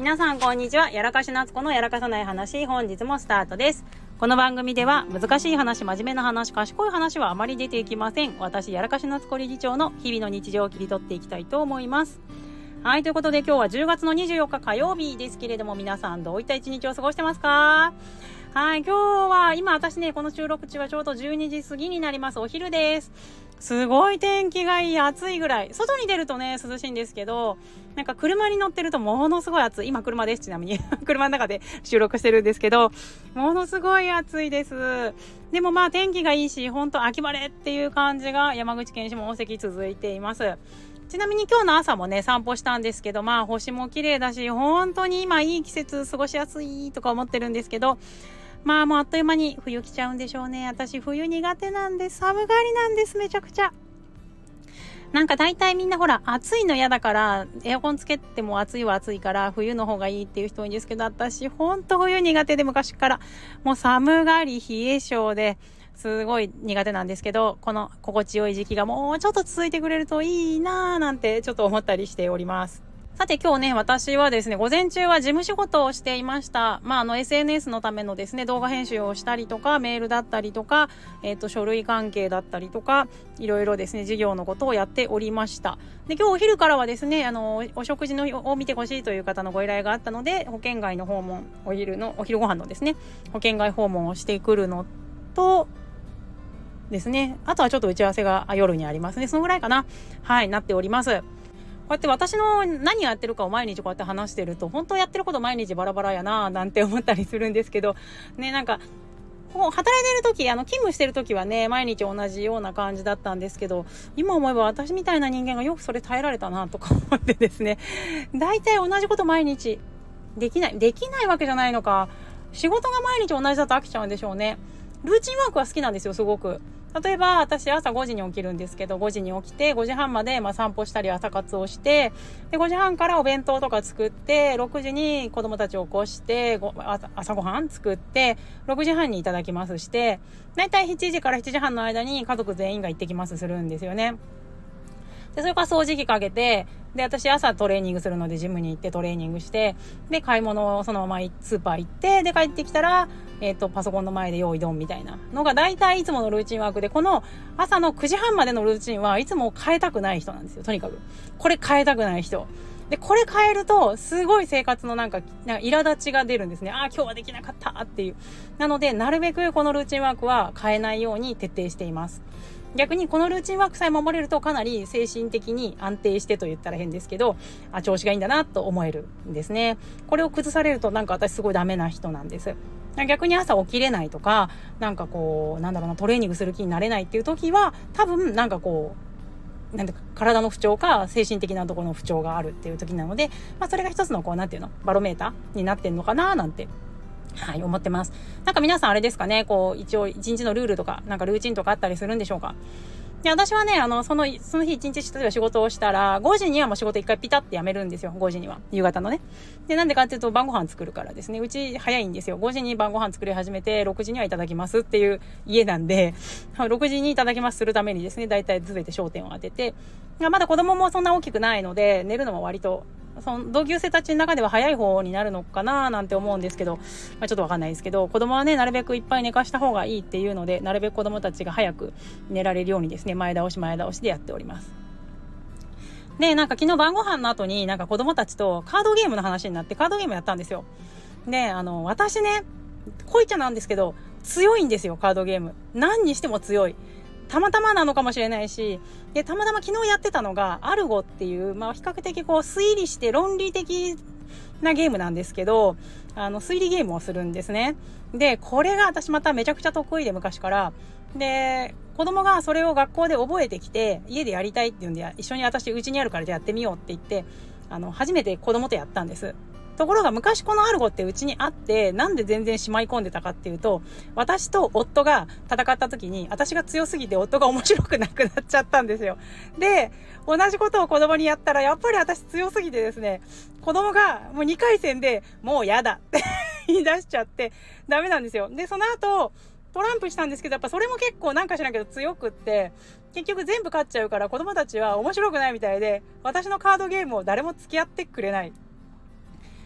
皆さんこんにちは。やらかし夏子のやらかさない話、本日もスタートです。この番組では難しい話、真面目な話、賢い話はあまり出ていきません。私やらかし夏子理事長の日々の日常を切り取っていきたいと思います。はい、ということで今日は10月の24日火曜日ですけれども、皆さんどういった一日を過ごしてますか？はい、今日は今私ね、この収録中はちょうど12時過ぎになります。お昼です。すごい天気がいい、暑いぐらい。外に出るとね、涼しいんですけど、なんか車に乗ってるとものすごい暑い。今車です、ちなみに。車の中で収録してるんですけど、ものすごい暑いです。でもまあ天気がいいし、本当秋晴れっていう感じが山口県下関続いています。ちなみに今日の朝もね、散歩したんですけど、まあ星も綺麗だし、本当に今いい季節、過ごしやすいとか思ってるんですけど、まあもうあっという間に冬来ちゃうんでしょうね。私冬苦手なんです。寒がりなんです。めちゃくちゃ。なんか大体みんなほら暑いの嫌だからエアコンつけても暑いは暑いから冬の方がいいっていう人多いんですけど、私ほんと冬苦手で昔からもう寒がり冷え性ですごい苦手なんですけど、この心地よい時期がもうちょっと続いてくれるといいなぁなんてちょっと思ったりしております。さて今日ね、私はですね、午前中は事務仕事をしていました。SNS のためのですね、動画編集をしたりとか、メールだったりとか、書類関係だったりとか、いろいろですね、事業のことをやっておりました。で、今日お昼からはですね、お食事を見てほしいという方のご依頼があったので、保険外の訪問、お昼ご飯のですね、保険外訪問をしてくるのと、ですね、あとはちょっと打ち合わせが夜にありますね。そのぐらいかな。はい、なっております。こうやって私の何やってるかを毎日こうやって話してると、本当やってること毎日バラバラやななんて思ったりするんですけど、ね、なんか、働いてる時、勤務してる時はね、毎日同じような感じだったんですけど、今思えば私みたいな人間がよくそれ耐えられたなとか思ってですね、大体同じこと毎日できないわけじゃないのか、仕事が毎日同じだと飽きちゃうんでしょうね。ルーチンワークは好きなんですよ、すごく。例えば私朝5時に起きるんですけど、5時に起きて5時半まで散歩したり朝活をして、で5時半からお弁当とか作って、6時に子供たちを起こして朝ごはん作って6時半にいただきますして、だいたい7時から7時半の間に家族全員が行ってきますするんですよね。でそれから掃除機かけて、で私朝トレーニングするのでジムに行ってトレーニングして、で買い物をそのままスーパー行って、で帰ってきたらパソコンの前で用意ドンみたいなのが大体いつものルーチンワークで、この朝の9時半までのルーチンはいつも変えたくない人なんですよ。とにかくこれ変えたくない人で、これ変えるとすごい生活のなんか苛立ちが出るんですね。今日はできなかったっていう。なのでなるべくこのルーチンワークは変えないように徹底しています。逆にこのルーチンワークさえ守れるとかなり精神的に安定してと言ったら変ですけど、調子がいいんだなと思えるんですね。これを崩されるとなんか私すごいダメな人なんです。逆に朝起きれないとか、なんかこうトレーニングする気になれないっていう時は、多分なんかこう体の不調か精神的なところの不調があるっていう時なので、それが一つのバロメーターになってんのかななんて思ってます。なんか皆さんあれですかね、一応一日のルールとか、なんかルーチンとかあったりするんでしょうか。で、私はね、その日一日例えば仕事をしたら、5時にはもう仕事一回ピタってやめるんですよ。5時には。夕方のね。で、なんでかっていうと晩ご飯作るからですね。うち早いんですよ。5時に晩ご飯作り始めて、6時にはいただきますっていう家なんで、6時にいただきますするためにですね、だいたい全て焦点を当てて、まだ子供もそんな大きくないので、寝るのも割と、その同級生たちの中では早い方になるのかななんて思うんですけど、ちょっとわかんないですけど、子供はねなるべくいっぱい寝かした方がいいっていうので、なるべく子供たちが早く寝られるようにですね、前倒しでやっております。で、なんか昨日晩ご飯の後になんか子供たちとカードゲームの話になって、カードゲームやったんですよ。で、私ねこいちゃなんですけど強いんですよ。カードゲーム何にしても強い。たまたまなのかもしれないし、でたまたま昨日やってたのがアルゴっていう、比較的推理して論理的なゲームなんですけど、推理ゲームをするんですね。でこれが私まためちゃくちゃ得意で、昔からで子供がそれを学校で覚えてきて家でやりたいっていうんで、一緒に私うちにあるからじゃあやってみようって言って、初めて子供とやったんです。ところが昔このアルゴってうちにあって、なんで全然しまい込んでたかっていうと、私と夫が戦った時に私が強すぎて夫が面白くなくなっちゃったんですよ。で同じことを子供にやったらやっぱり私強すぎてですね、子供がもう2回戦でもうやだって言い出しちゃってダメなんですよ。でその後トランプしたんですけど、やっぱそれも結構なんか知らんけど強くって、結局全部勝っちゃうから子供たちは面白くないみたいで、私のカードゲームを誰も付き合ってくれない。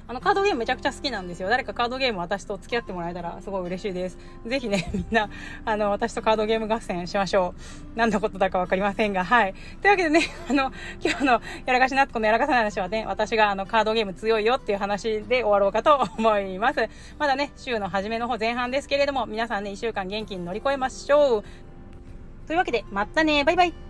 カードゲームめちゃくちゃ好きなんですよ。誰かカードゲーム私と付き合ってもらえたらすごい嬉しいです。ぜひね、みんな、私とカードゲーム合戦しましょう。何のことだかわかりませんが、はい。というわけでね、今日のやらかし夏子のやらかさない話はね、私がカードゲーム強いよっていう話で終わろうかと思います。まだね、週の初めの方前半ですけれども、皆さんね、1週間元気に乗り越えましょう。というわけで、またね、バイバイ。